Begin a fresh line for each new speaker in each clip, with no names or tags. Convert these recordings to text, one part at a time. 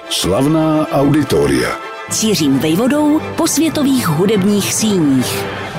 Slavná auditoria.
Cířím vejvodou po světových hudebních síních.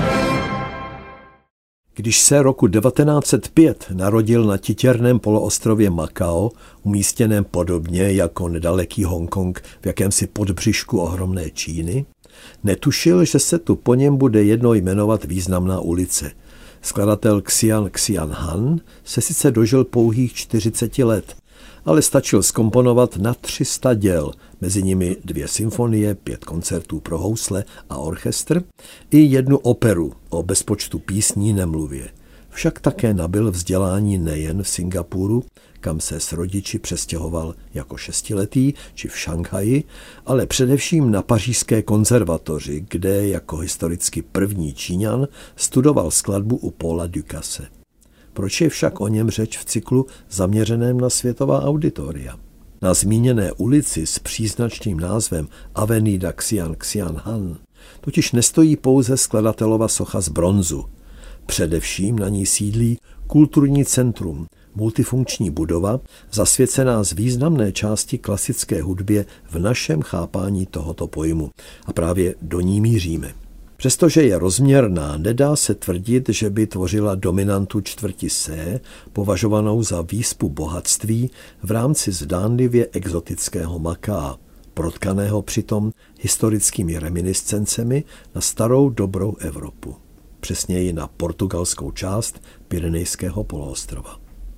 Když se roku 1905 narodil na titěrném poloostrově Makao, umístěném podobně jako nedaleký Hongkong v jakémsi podbřišku ohromné Číny, netušil, že se tu po něm bude jednou jmenovat významná ulice. Skladatel Xian Han se sice dožil pouhých 40 let, ale stačil zkomponovat na 300 děl, mezi nimi 2 symfonie, 5 koncertů pro housle a orchestr i 1 operu o bezpočtu písní nemluvě. Však také nabyl vzdělání nejen v Singapuru, kam se s rodiči přestěhoval jako 6letý, či v Šanghaji, ale především na pařížské konzervatoři, kde jako historicky první Číňan studoval skladbu u Paula Ducasse. Proč je však o něm řeč v cyklu zaměřeném na světová auditoria? Na zmíněné ulici s příznačným názvem Avenida Xian Han totiž nestojí pouze skladatelova socha z bronzu. Především na ní sídlí kulturní centrum, multifunkční budova, zasvěcená z významné části klasické hudbě v našem chápání tohoto pojmu. A právě do ní míříme. Přestože je rozměrná, nedá se tvrdit, že by tvořila dominantu čtvrti Se, považovanou za výspu bohatství v rámci zdánlivě exotického Makaa, protkaného přitom historickými reminiscencemi na starou dobrou Evropu, přesněji na portugalskou část Pyrenejského poloostrova.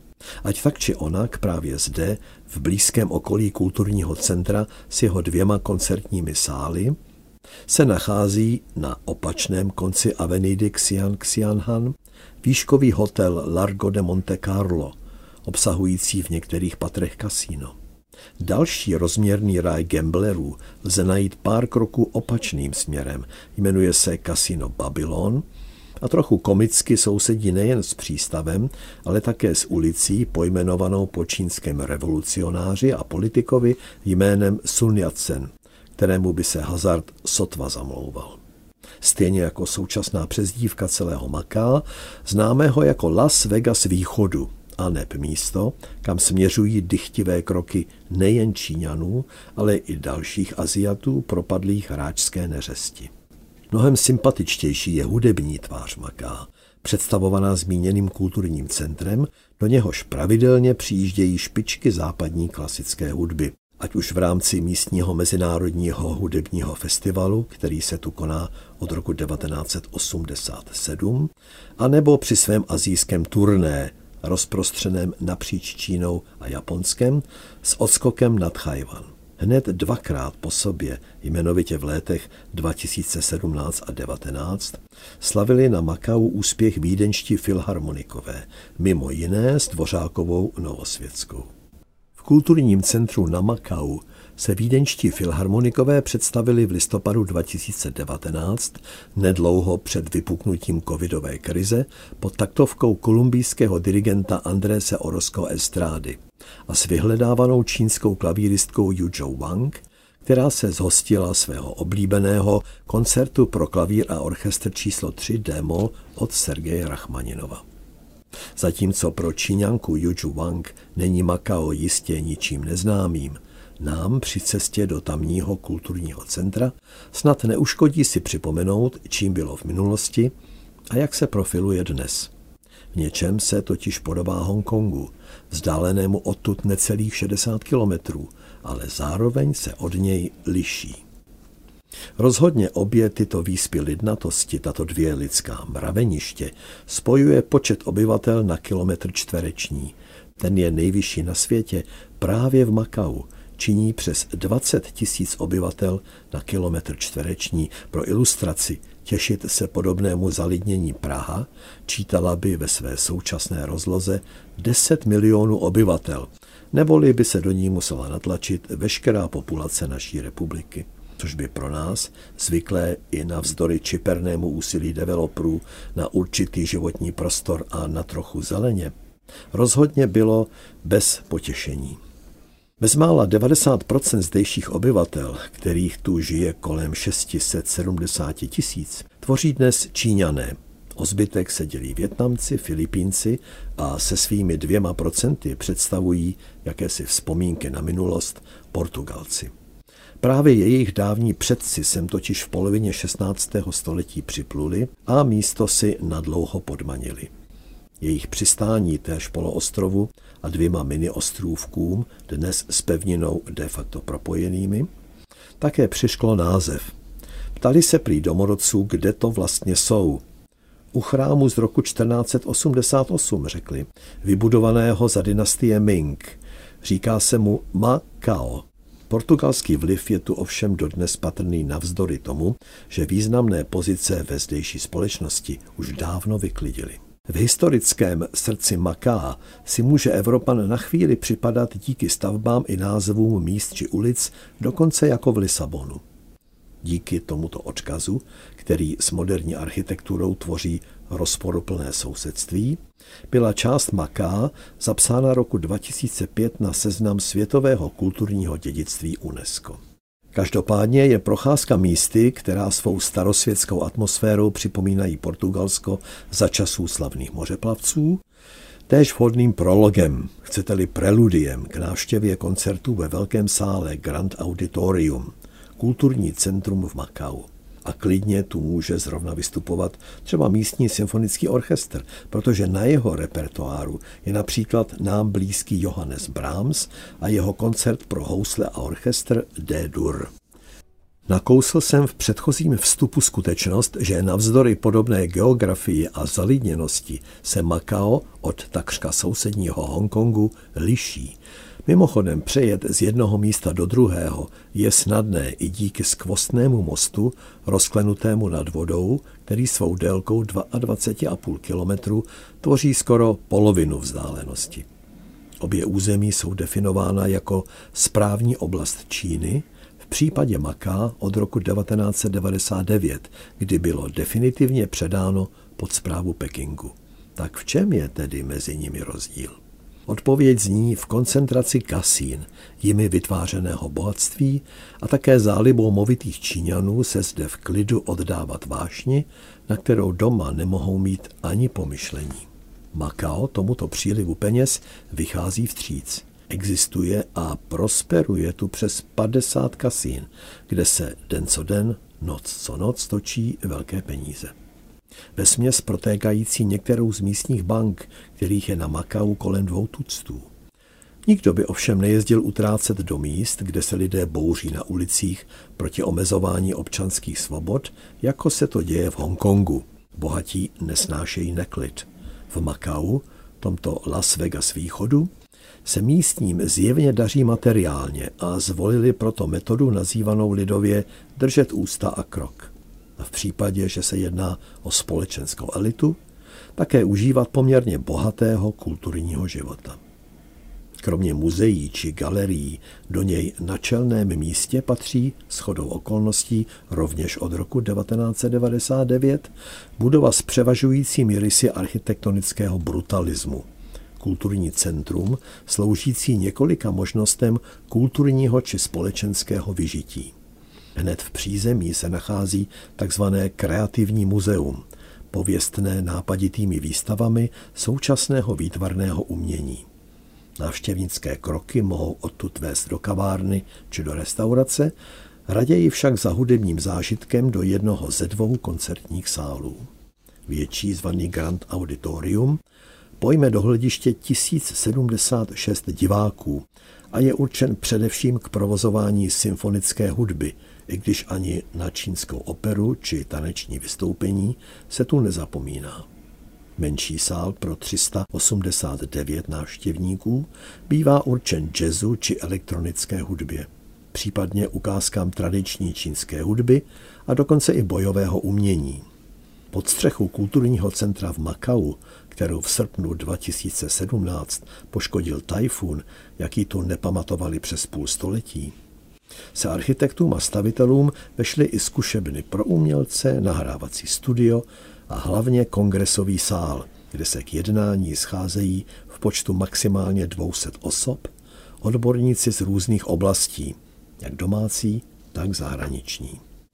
Ať tak či onak právě zde, v blízkém okolí kulturního centra s jeho 2 koncertními sály, se nachází na opačném konci Avenidy Xian Han výškový hotel Largo de Monte Carlo, obsahující v některých patrech kasino. Další rozměrný ráj gamblerů lze najít pár kroků opačným směrem, jmenuje se Casino Babylon a trochu komicky sousedí nejen s přístavem, ale také s ulicí pojmenovanou po čínském revolucionáři a politikovi jménem Sun Yat-sen, kterému by se hazard sotva zamlouval. Stejně jako současná přezdívka celého Makaa, známého jako Las Vegas východu, aneb místo, kam směřují dychtivé kroky nejen Číňanů, ale i dalších Aziatů propadlých hráčské neřesti. Mnohem sympatičtější je hudební tvář Makaa, představovaná zmíněným kulturním centrem, do něhož pravidelně přijíždějí špičky západní klasické hudby. Ať už v rámci místního mezinárodního hudebního festivalu, který se tu koná od roku 1987, anebo při svém asijském turné, rozprostřeném napříč Čínou a Japonskem, s odskokem na Tchajwan. Hned 2krát po sobě, jmenovitě v letech 2017 a 2019, slavili na Makau úspěch vídeňští filharmonikové, mimo jiné s Dvořákovou Novosvětskou. V kulturním centru na Makau se vídeňští filharmonikové představili v listopadu 2019, nedlouho před vypuknutím covidové krize, pod taktovkou kolumbijského dirigenta Andrese Orozco Estrády a s vyhledávanou čínskou klavíristkou Yuzhou Wang, která se zhostila svého oblíbeného koncertu pro klavír a orchestr číslo 3 D-moll od Sergeje Rachmaninova. Zatímco pro Číňanku Yuzhou Wang není Makao jistě ničím neznámým, nám při cestě do tamního kulturního centra snad neuškodí si připomenout, čím bylo v minulosti a jak se profiluje dnes. V něčem se totiž podobá Hongkongu, vzdálenému odtud necelých 60 kilometrů, ale zároveň se od něj liší. Rozhodně obě tyto výspy lidnatosti, tato 2 lidská mraveniště, spojuje počet obyvatel na kilometr čtvereční. Ten je nejvyšší na světě právě v Makau, činí přes 20 000 obyvatel na kilometr čtvereční. Pro ilustraci těšit se podobnému zalidnění Praha čítala by ve své současné rozloze 10 milionů obyvatel, neboli by se do ní musela natlačit veškerá populace naší republiky. Což by pro nás, zvyklé i navzdory čipernému úsilí developerů na určitý životní prostor a na trochu zeleně, rozhodně bylo bez potěšení. Bezmála 90% zdejších obyvatel, kterých tu žije kolem 670 000, tvoří dnes Číňané. O zbytek se dělí Vietnamci, Filipínci a se svými 2% představují jakési vzpomínky na minulost Portugalci. Právě jejich dávní předci sem totiž v polovině 16. století připluli a místo si nadlouho podmanili. Jejich přistání též poloostrovu a 2 miniostrůvkům, dnes s pevninou de facto propojenými, také přišklo název. Ptali se prý domorodců, kde to vlastně jsou. U chrámu z roku 1488, řekli, vybudovaného za dynastie Ming. Říká se mu Macao. Portugalský vliv je tu ovšem dodnes patrný navzdory tomu, že významné pozice ve zdejší společnosti už dávno vyklidily. V historickém srdci Macaa si může Evropan na chvíli připadat díky stavbám i názvům míst či ulic, dokonce jako v Lisabonu. Díky tomuto odkazu, který s moderní architekturou tvoří rozporuplné sousedství, byla část Macaa zapsána roku 2005 na seznam světového kulturního dědictví UNESCO. Každopádně je procházka místy, která svou starosvětskou atmosférou připomínají Portugalsko za časů slavných mořeplavců, též vhodným prologem, chcete-li preludiem k návštěvě koncertů ve velkém sále Grand Auditorium, kulturní centrum v Macau. A klidně tu může zrovna vystupovat třeba místní symfonický orchestr, protože na jeho repertoáru je například nám blízký Johannes Brahms a jeho koncert pro housle a orchestr D-dur. Nakousl jsem v předchozím vstupu skutečnost, že navzdory podobné geografii a zalidněnosti se Macao od takřka sousedního Hongkongu liší. Mimochodem přejet z jednoho místa do druhého je snadné i díky skvostnému mostu rozklenutému nad vodou, který svou délkou 22,5 kilometru tvoří skoro polovinu vzdálenosti. Obě území jsou definována jako správní oblast Číny, v případě Macaa od roku 1999, kdy bylo definitivně předáno pod správu Pekingu. Tak v čem je tedy mezi nimi rozdíl? Odpověď zní v koncentraci kasín, jimi vytvářeného bohatství a také zálibou movitých Číňanů se zde v klidu oddávat vášni, na kterou doma nemohou mít ani pomyšlení. Macao tomuto přílivu peněz vychází vstříc. Existuje a prosperuje tu přes 50 kasín, kde se den co den, noc co noc točí velké peníze. Vesměs protékající některou z místních bank, kterých je na Macau kolem 200. Nikdo by ovšem nejezdil utrácet do míst, kde se lidé bouří na ulicích proti omezování občanských svobod, jako se to děje v Hongkongu. Bohatí nesnášejí neklid. V Macau, tomto Las Vegas východu, se místním zjevně daří materiálně a zvolili proto metodu nazývanou lidově držet ústa a krok. A v případě, že se jedná o společenskou elitu, také užívat poměrně bohatého kulturního života. Kromě muzeí či galerií do něj na čelném místě patří shodou okolností rovněž od roku 1999 budova s převažujícími rysy architektonického brutalismu. Kulturní centrum sloužící několika možnostem kulturního či společenského vyžití. Hned v přízemí se nachází takzvané kreativní muzeum, pověstné nápaditými výstavami současného výtvarného umění. Návštěvnické kroky mohou odtud vést do kavárny či do restaurace, raději však za hudebním zážitkem do jednoho ze 2 koncertních sálů. Větší, zvaný Grand Auditorium, pojme do hlediště 1076 diváků a je určen především k provozování symfonické hudby, i když ani na čínskou operu či taneční vystoupení se tu nezapomíná. Menší sál pro 389 návštěvníků bývá určen jazzu či elektronické hudbě, případně ukázkám tradiční čínské hudby a dokonce i bojového umění. Pod střechou kulturního centra v Macau, kterou v srpnu 2017 poškodil tajfun, jaký tu nepamatovali přes půl století, se architektům a stavitelům vešly i zkušebny pro umělce, nahrávací studio a hlavně kongresový sál, kde se k jednání scházejí v počtu maximálně 200 osob, odborníci z různých oblastí, jak domácí, tak zahraniční.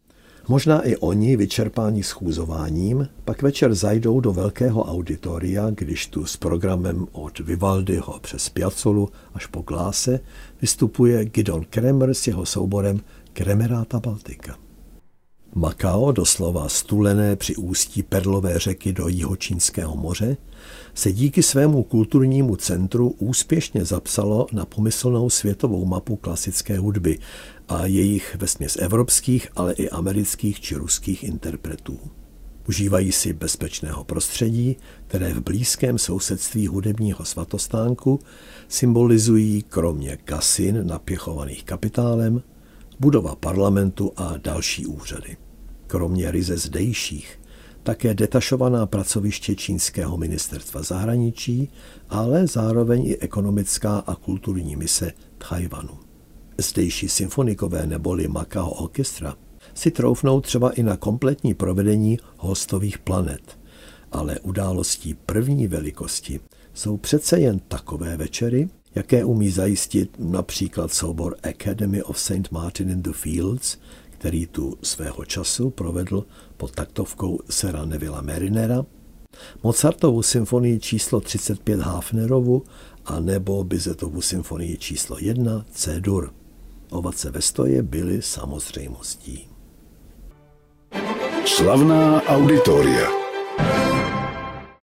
Možná i oni, vyčerpáni schůzováním, pak večer zajdou do velkého auditoria, když tu s programem od Vivaldiho přes Piazzolu až po Gláse vystupuje Gidon Kremer s jeho souborem Kremerata Baltica. Makao, doslova stulené při ústí perlové řeky do Jihočínského moře, se díky svému kulturnímu centru úspěšně zapsalo na pomyslnou světovou mapu klasické hudby a jejich vesměs evropských, ale i amerických či ruských interpretů. Užívají si bezpečného prostředí, které v blízkém sousedství hudebního svatostánku symbolizují kromě kasin napěchovaných kapitálem, budova parlamentu a další úřady. Kromě ryze zdejších, také detašovaná pracoviště čínského ministerstva zahraničí, ale zároveň i ekonomická a kulturní mise Tchaj-wanu. Zdejší symfonikové neboli Macao Orchestra si troufnou třeba i na kompletní provedení hostových planet, ale událostí první velikosti jsou přece jen takové večery, jaké umí zajistit například soubor Academy of St. Martin in the Fields, který tu svého času provedl pod taktovkou Sira Nevilla Marinera, Mozartovu symfonii číslo 35 Hafnerovu a nebo Bizetovu symfonii číslo 1 C-dur. Ovace ve stoje byly samozřejmostí.
Slavná auditoria.